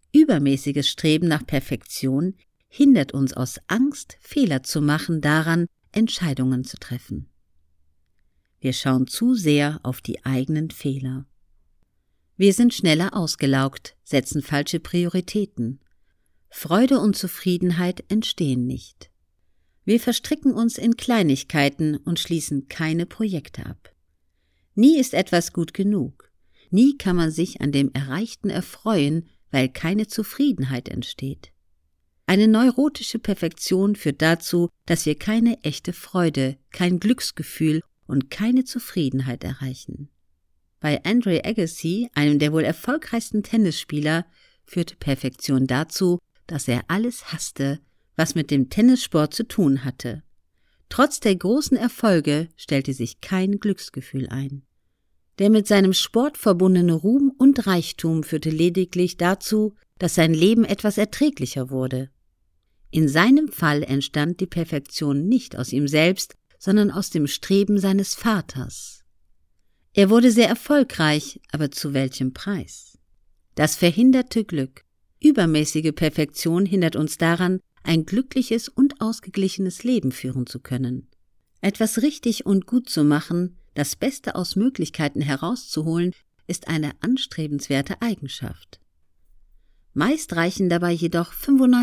Übermäßiges Streben nach Perfektion hindert uns aus Angst, Fehler zu machen, daran, Entscheidungen zu treffen. Wir schauen zu sehr auf die eigenen Fehler. Wir sind schneller ausgelaugt, setzen falsche Prioritäten. Freude und Zufriedenheit entstehen nicht. Wir verstricken uns in Kleinigkeiten und schließen keine Projekte ab. Nie ist etwas gut genug. Nie kann man sich an dem Erreichten erfreuen, weil keine Zufriedenheit entsteht. Eine neurotische Perfektion führt dazu, dass wir keine echte Freude, kein Glücksgefühl und keine Zufriedenheit erreichen. Bei Andre Agassi, einem der wohl erfolgreichsten Tennisspieler, führte Perfektion dazu, dass er alles hasste, was mit dem Tennissport zu tun hatte. Trotz der großen Erfolge stellte sich kein Glücksgefühl ein. Der mit seinem Sport verbundene Ruhm und Reichtum führte lediglich dazu, dass sein Leben etwas erträglicher wurde. In seinem Fall entstand die Perfektion nicht aus ihm selbst, sondern aus dem Streben seines Vaters. Er wurde sehr erfolgreich, aber zu welchem Preis? Das verhinderte Glück. Übermäßige Perfektion hindert uns daran, ein glückliches und ausgeglichenes Leben führen zu können. Etwas richtig und gut zu machen, das Beste aus Möglichkeiten herauszuholen, ist eine anstrebenswerte Eigenschaft. Meist reichen dabei jedoch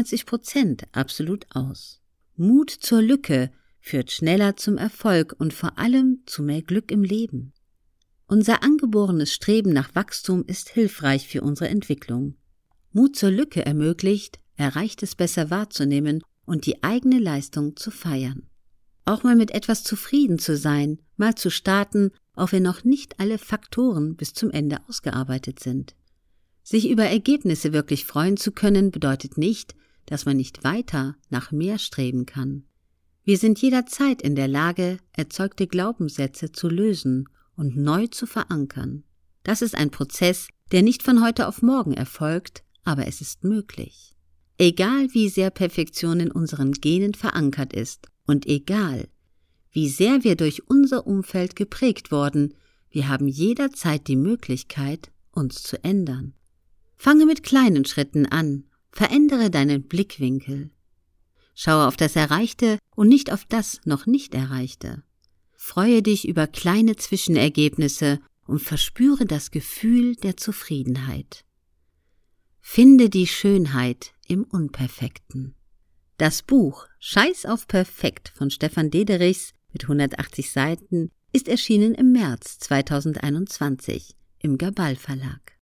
95% absolut aus. Mut zur Lücke führt schneller zum Erfolg und vor allem zu mehr Glück im Leben. Unser angeborenes Streben nach Wachstum ist hilfreich für unsere Entwicklung. Mut zur Lücke ermöglicht, Erreichtes besser wahrzunehmen und die eigene Leistung zu feiern. Auch mal mit etwas zufrieden zu sein, mal zu starten, auch wenn noch nicht alle Faktoren bis zum Ende ausgearbeitet sind. Sich über Ergebnisse wirklich freuen zu können, bedeutet nicht, dass man nicht weiter nach mehr streben kann. Wir sind jederzeit in der Lage, erzeugte Glaubenssätze zu lösen und neu zu verankern. Das ist ein Prozess, der nicht von heute auf morgen erfolgt, aber es ist möglich. Egal wie sehr Perfektion in unseren Genen verankert ist und egal wie sehr wir durch unser Umfeld geprägt wurden, wir haben jederzeit die Möglichkeit, uns zu ändern. Fange mit kleinen Schritten an, verändere deinen Blickwinkel. Schaue auf das Erreichte und nicht auf das noch nicht Erreichte. Freue dich über kleine Zwischenergebnisse und verspüre das Gefühl der Zufriedenheit. Finde die Schönheit im Unperfekten. Das Buch Scheiß auf Perfekt von Stefan Dederichs mit 180 Seiten ist erschienen im März 2021 im Gabal Verlag.